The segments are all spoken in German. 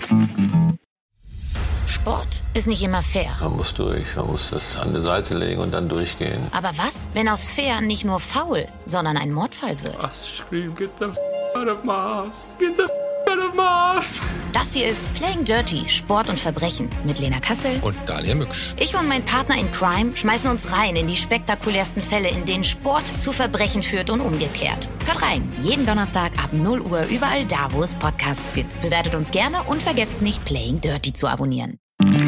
Sport ist nicht immer fair. Man muss durch, man muss das an die Seite legen und dann durchgehen. Aber was, wenn aus fair nicht nur faul, sondern ein Mordfall wird? Get the out of my house. Get the out of my house. Das hier ist Playing Dirty, Sport und Verbrechen mit Lena Kassel und Dalia Mücksch. Ich und mein Partner in Crime schmeißen uns rein in die spektakulärsten Fälle, in denen Sport zu Verbrechen führt und umgekehrt. Hört rein, jeden Donnerstag ab 0 Uhr überall da, wo es Podcasts gibt. Bewertet uns gerne und vergesst nicht, Playing Dirty zu abonnieren.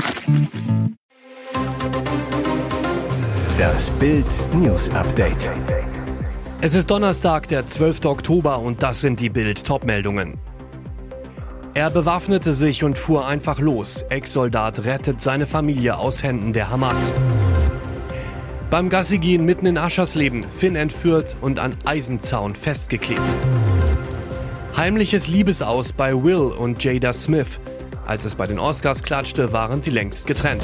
Das Bild News Update. Es ist Donnerstag, der 12. Oktober und das sind die Bild-Top-Meldungen. Er bewaffnete sich und fuhr einfach los. Ex-Soldat rettet seine Familie aus Händen der Hamas. Beim Gassigehen mitten in Aschersleben, Finn entführt und an Eisenzaun festgeklebt. Heimliches Liebesaus bei Will und Jada Smith. Als es bei den Oscars klatschte, waren sie längst getrennt.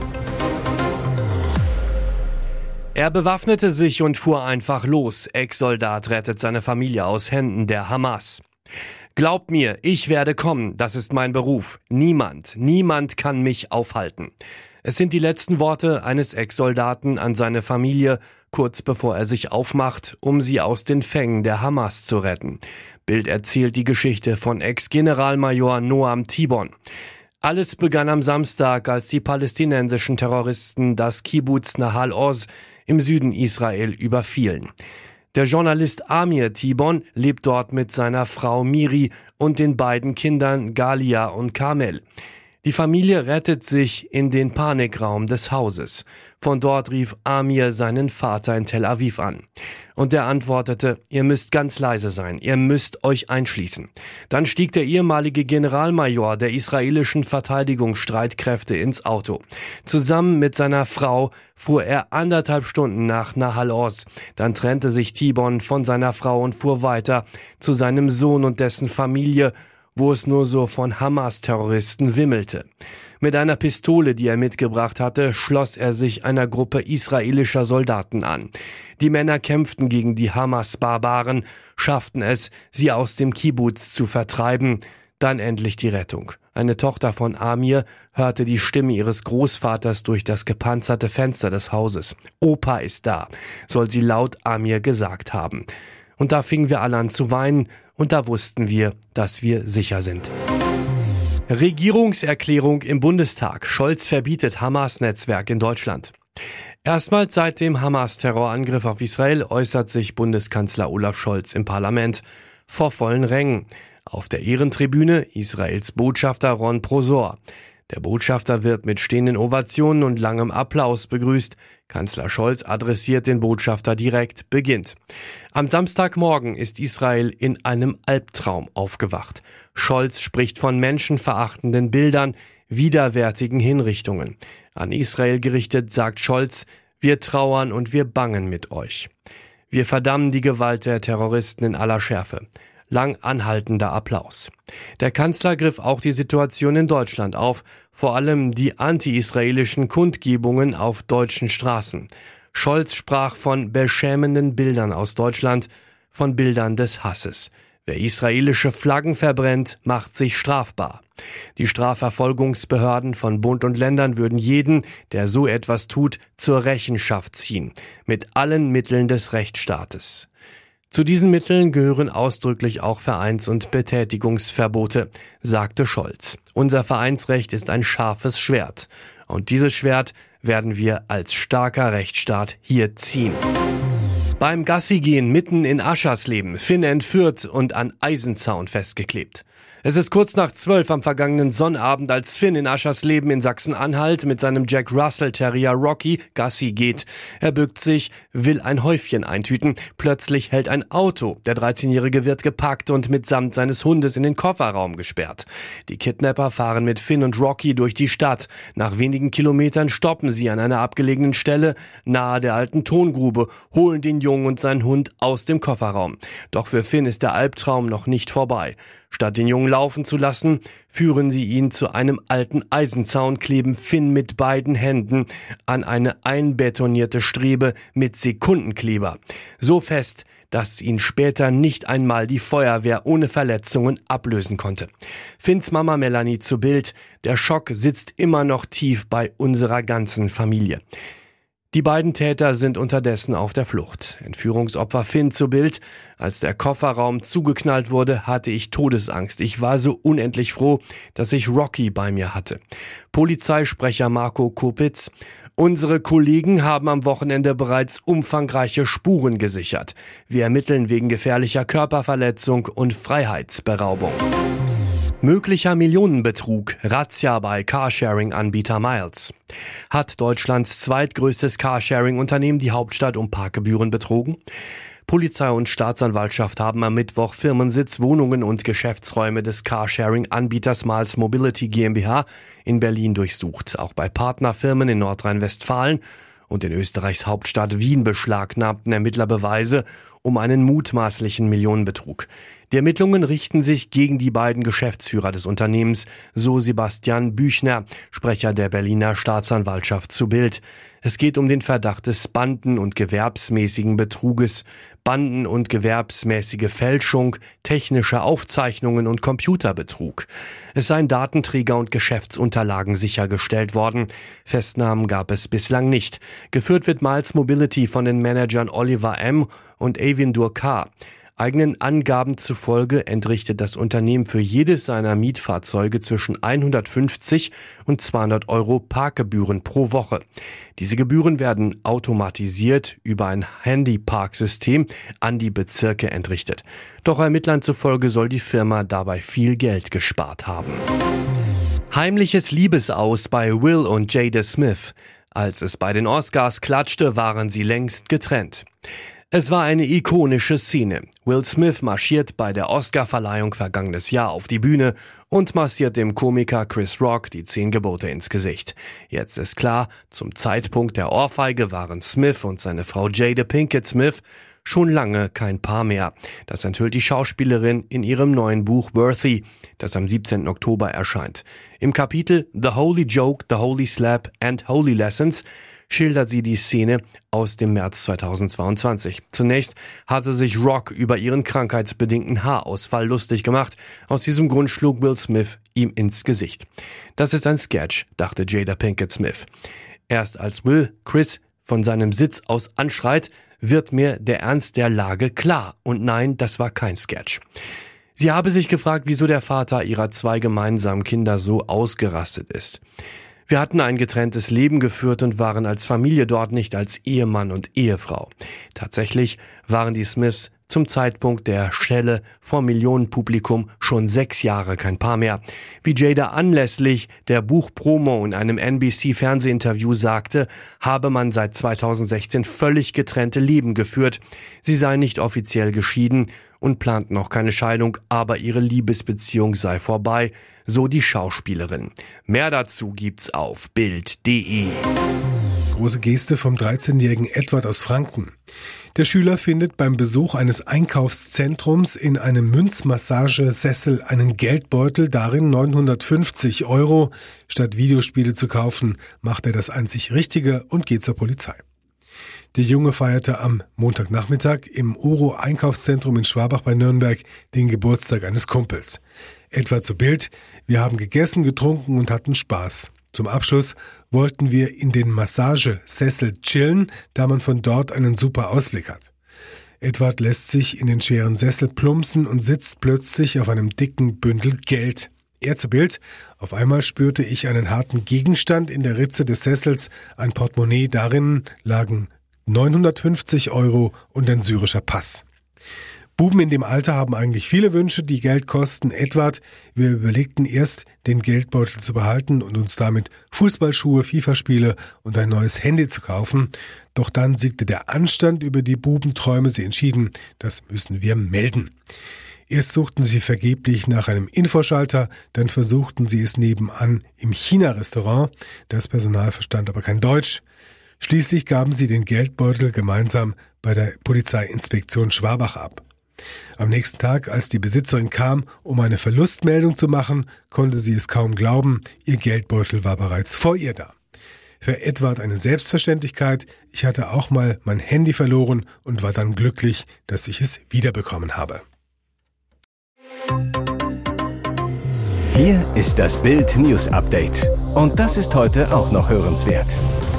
Er bewaffnete sich und fuhr einfach los. Ex-Soldat rettet seine Familie aus Händen der Hamas. Glaubt mir, ich werde kommen, das ist mein Beruf. Niemand kann mich aufhalten. Es sind die letzten Worte eines Ex-Soldaten an seine Familie, kurz bevor er sich aufmacht, um sie aus den Fängen der Hamas zu retten. Bild erzählt die Geschichte von Ex-Generalmajor Noam Tibon. Alles begann am Samstag, als die palästinensischen Terroristen das Kibbuz Nahal Oz im Süden Israel überfielen. Der Journalist Amir Tibon lebt dort mit seiner Frau Miri und den beiden Kindern Galia und Kamel. Die Familie rettet sich in den Panikraum des Hauses. Von dort rief Amir seinen Vater in Tel Aviv an. Und der antwortete, ihr müsst ganz leise sein, ihr müsst euch einschließen. Dann stieg der ehemalige Generalmajor der israelischen Verteidigungsstreitkräfte ins Auto. Zusammen mit seiner Frau fuhr er 1,5 Stunden nach Nahal Oz. Dann trennte sich Tibon von seiner Frau und fuhr weiter zu seinem Sohn und dessen Familie, wo es nur so von Hamas-Terroristen wimmelte. Mit einer Pistole, die er mitgebracht hatte, schloss er sich einer Gruppe israelischer Soldaten an. Die Männer kämpften gegen die Hamas-Barbaren, schafften es, sie aus dem Kibbuz zu vertreiben. Dann endlich die Rettung. Eine Tochter von Amir hörte die Stimme ihres Großvaters durch das gepanzerte Fenster des Hauses. Opa ist da, soll sie laut Amir gesagt haben. Und da fingen wir alle an zu weinen und da wussten wir, dass wir sicher sind. Regierungserklärung im Bundestag. Scholz verbietet Hamas-Netzwerk in Deutschland. Erstmals seit dem Hamas-Terrorangriff auf Israel äußert sich Bundeskanzler Olaf Scholz im Parlament vor vollen Rängen. Auf der Ehrentribüne Israels Botschafter Ron Prosor. Der Botschafter wird mit stehenden Ovationen und langem Applaus begrüßt. Kanzler Scholz adressiert den Botschafter direkt, beginnt. Am Samstagmorgen ist Israel in einem Albtraum aufgewacht. Scholz spricht von menschenverachtenden Bildern, widerwärtigen Hinrichtungen. An Israel gerichtet sagt Scholz, wir trauern und wir bangen mit euch. Wir verdammen die Gewalt der Terroristen in aller Schärfe. Lang anhaltender Applaus. Der Kanzler griff auch die Situation in Deutschland auf, vor allem die anti-israelischen Kundgebungen auf deutschen Straßen. Scholz sprach von beschämenden Bildern aus Deutschland, von Bildern des Hasses. Wer israelische Flaggen verbrennt, macht sich strafbar. Die Strafverfolgungsbehörden von Bund und Ländern würden jeden, der so etwas tut, zur Rechenschaft ziehen, mit allen Mitteln des Rechtsstaates. Zu diesen Mitteln gehören ausdrücklich auch Vereins- und Betätigungsverbote, sagte Scholz. Unser Vereinsrecht ist ein scharfes Schwert. Und dieses Schwert werden wir als starker Rechtsstaat hier ziehen. Beim Gassigehen mitten in Aschersleben, Finn entführt und an Eisenzaun festgeklebt. Es ist kurz nach 12 am vergangenen Sonnabend, als Finn in Aschersleben in Sachsen-Anhalt mit seinem Jack Russell Terrier Rocky Gassi geht. Er bückt sich, will ein Häufchen eintüten. Plötzlich hält ein Auto. Der 13-Jährige wird gepackt und mitsamt seines Hundes in den Kofferraum gesperrt. Die Kidnapper fahren mit Finn und Rocky durch die Stadt. Nach wenigen Kilometern stoppen sie an einer abgelegenen Stelle nahe der alten Tongrube, holen den Jungen und seinen Hund aus dem Kofferraum. Doch für Finn ist der Albtraum noch nicht vorbei. Statt den Jungen laufen zu lassen, führen sie ihn zu einem alten Eisenzaun, kleben Finn mit beiden Händen an eine einbetonierte Strebe mit Sekundenkleber. So fest, dass ihn später nicht einmal die Feuerwehr ohne Verletzungen ablösen konnte. Finns Mama Melanie zu Bild: Der Schock sitzt immer noch tief bei unserer ganzen Familie. Die beiden Täter sind unterdessen auf der Flucht. Entführungsopfer Finn zu Bild: Als der Kofferraum zugeknallt wurde, hatte ich Todesangst. Ich war so unendlich froh, dass ich Rocky bei mir hatte. Polizeisprecher Marco Kopitz: Unsere Kollegen haben am Wochenende bereits umfangreiche Spuren gesichert. Wir ermitteln wegen gefährlicher Körperverletzung und Freiheitsberaubung. Möglicher Millionenbetrug, Razzia bei Carsharing-Anbieter Miles. Hat Deutschlands zweitgrößtes Carsharing-Unternehmen die Hauptstadt um Parkgebühren betrogen? Polizei und Staatsanwaltschaft haben am Mittwoch Firmensitz, Wohnungen und Geschäftsräume des Carsharing-Anbieters Miles Mobility GmbH in Berlin durchsucht. Auch bei Partnerfirmen in Nordrhein-Westfalen und in Österreichs Hauptstadt Wien beschlagnahmten Ermittler Beweise um einen mutmaßlichen Millionenbetrug. Die Ermittlungen richten sich gegen die beiden Geschäftsführer des Unternehmens, so Sebastian Büchner, Sprecher der Berliner Staatsanwaltschaft zu Bild. Es geht um den Verdacht des Banden- und gewerbsmäßigen Betruges, Banden- und gewerbsmäßige Fälschung, technische Aufzeichnungen und Computerbetrug. Es seien Datenträger und Geschäftsunterlagen sichergestellt worden. Festnahmen gab es bislang nicht. Geführt wird Miles Mobility von den Managern Oliver M. und Avindur K. Eigenen Angaben zufolge entrichtet das Unternehmen für jedes seiner Mietfahrzeuge zwischen 150 und 200 Euro Parkgebühren pro Woche. Diese Gebühren werden automatisiert über ein Handyparksystem an die Bezirke entrichtet. Doch Ermittlern zufolge soll die Firma dabei viel Geld gespart haben. Heimliches Liebesaus bei Will und Jada Smith. Als es bei den Oscars klatschte, waren sie längst getrennt. Es war eine ikonische Szene. Will Smith marschiert bei der Oscar-Verleihung vergangenes Jahr auf die Bühne und massiert dem Komiker Chris Rock die 10 Gebote ins Gesicht. Jetzt ist klar, zum Zeitpunkt der Ohrfeige waren Smith und seine Frau Jada Pinkett Smith schon lange kein Paar mehr. Das enthüllt die Schauspielerin in ihrem neuen Buch Worthy, das am 17. Oktober erscheint. Im Kapitel The Holy Joke, The Holy Slap and Holy Lessons schildert sie die Szene aus dem März 2022. Zunächst hatte sich Rock über ihren krankheitsbedingten Haarausfall lustig gemacht. Aus diesem Grund schlug Will Smith ihm ins Gesicht. Das ist ein Sketch, dachte Jada Pinkett Smith. Erst als Will Chris von seinem Sitz aus anschreit, wird mir der Ernst der Lage klar. Und nein, das war kein Sketch. Sie habe sich gefragt, wieso der Vater ihrer 2 gemeinsamen Kinder so ausgerastet ist. Wir hatten ein getrenntes Leben geführt und waren als Familie dort, nicht als Ehemann und Ehefrau. Tatsächlich waren die Smiths zum Zeitpunkt der Schelle vor Millionenpublikum schon 6 Jahre kein Paar mehr. Wie Jada anlässlich der Buchpromo in einem NBC-Fernsehinterview sagte, habe man seit 2016 völlig getrennte Leben geführt. Sie seien nicht offiziell geschieden und planten noch keine Scheidung, aber ihre Liebesbeziehung sei vorbei, so die Schauspielerin. Mehr dazu gibt's auf Bild.de. Große Geste vom 13-jährigen Edward aus Franken. Der Schüler findet beim Besuch eines Einkaufszentrums in einem Münzmassagesessel einen Geldbeutel, darin 950 Euro. Statt Videospiele zu kaufen, macht er das einzig Richtige und geht zur Polizei. Der Junge feierte am Montagnachmittag im Oro-Einkaufszentrum in Schwabach bei Nürnberg den Geburtstag eines Kumpels. Etwa zu Bild: Wir haben gegessen, getrunken und hatten Spaß. Zum Abschluss wollten wir in den Massagesessel chillen, da man von dort einen super Ausblick hat. Edward lässt sich in den schweren Sessel plumpsen und sitzt plötzlich auf einem dicken Bündel Geld. Er zu Bild: Auf einmal spürte ich einen harten Gegenstand in der Ritze des Sessels, ein Portemonnaie, darin lagen 950 Euro und ein syrischer Pass. Buben in dem Alter haben eigentlich viele Wünsche, die Geld kosten. Edward: Wir überlegten erst, den Geldbeutel zu behalten und uns damit Fußballschuhe, FIFA-Spiele und ein neues Handy zu kaufen. Doch dann siegte der Anstand über die Bubenträume. Sie entschieden, das müssen wir melden. Erst suchten sie vergeblich nach einem Infoschalter, dann versuchten sie es nebenan im China-Restaurant. Das Personal verstand aber kein Deutsch. Schließlich gaben sie den Geldbeutel gemeinsam bei der Polizeiinspektion Schwabach ab. Am nächsten Tag, als die Besitzerin kam, um eine Verlustmeldung zu machen, konnte sie es kaum glauben, ihr Geldbeutel war bereits vor ihr da. Für Edward eine Selbstverständlichkeit. Ich hatte auch mal mein Handy verloren und war dann glücklich, dass ich es wiederbekommen habe. Hier ist das Bild News Update. Und das ist heute auch noch hörenswert.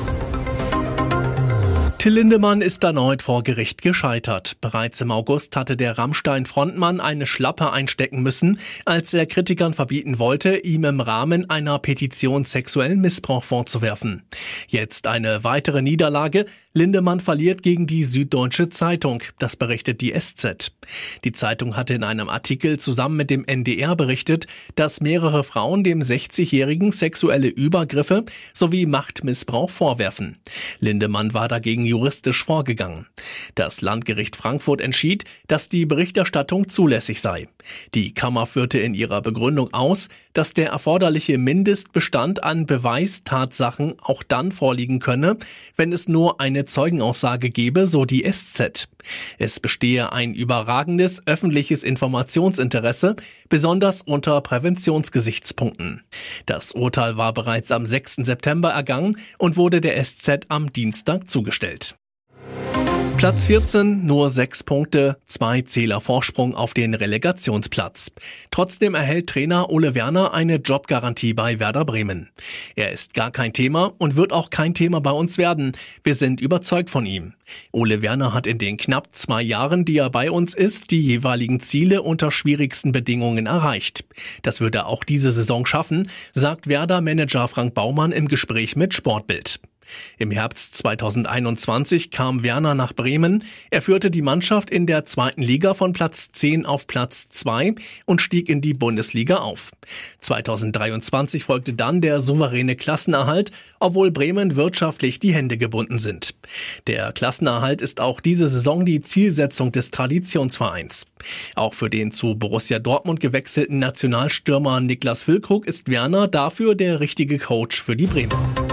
Till Lindemann ist erneut vor Gericht gescheitert. Bereits im August hatte der Rammstein-Frontmann eine Schlappe einstecken müssen, als er Kritikern verbieten wollte, ihm im Rahmen einer Petition sexuellen Missbrauch vorzuwerfen. Jetzt eine weitere Niederlage. Lindemann verliert gegen die Süddeutsche Zeitung. Das berichtet die SZ. Die Zeitung hatte in einem Artikel zusammen mit dem NDR berichtet, dass mehrere Frauen dem 60-Jährigen sexuelle Übergriffe sowie Machtmissbrauch vorwerfen. Lindemann war dagegen juristisch vorgegangen. Das Landgericht Frankfurt entschied, dass die Berichterstattung zulässig sei. Die Kammer führte in ihrer Begründung aus, dass der erforderliche Mindestbestand an Beweistatsachen auch dann vorliegen könne, wenn es nur eine Zeugenaussage gebe, so die SZ. Es bestehe ein überragendes öffentliches Informationsinteresse, besonders unter Präventionsgesichtspunkten. Das Urteil war bereits am 6. September ergangen und wurde der SZ am Dienstag zugestellt. Platz 14, nur 6 Punkte, 2 Zähler Vorsprung auf den Relegationsplatz. Trotzdem erhält Trainer Ole Werner eine Jobgarantie bei Werder Bremen. Er ist gar kein Thema und wird auch kein Thema bei uns werden. Wir sind überzeugt von ihm. Ole Werner hat in den knapp 2 Jahren, die er bei uns ist, die jeweiligen Ziele unter schwierigsten Bedingungen erreicht. Das würde er auch diese Saison schaffen, sagt Werder-Manager Frank Baumann im Gespräch mit Sportbild. Im Herbst 2021 kam Werner nach Bremen. Er führte die Mannschaft in der 2. Liga von Platz 10 auf Platz 2 und stieg in die Bundesliga auf. 2023 folgte dann der souveräne Klassenerhalt, obwohl Bremen wirtschaftlich die Hände gebunden sind. Der Klassenerhalt ist auch diese Saison die Zielsetzung des Traditionsvereins. Auch für den zu Borussia Dortmund gewechselten Nationalstürmer Niklas Füllkrug ist Werner dafür der richtige Coach für die Bremer.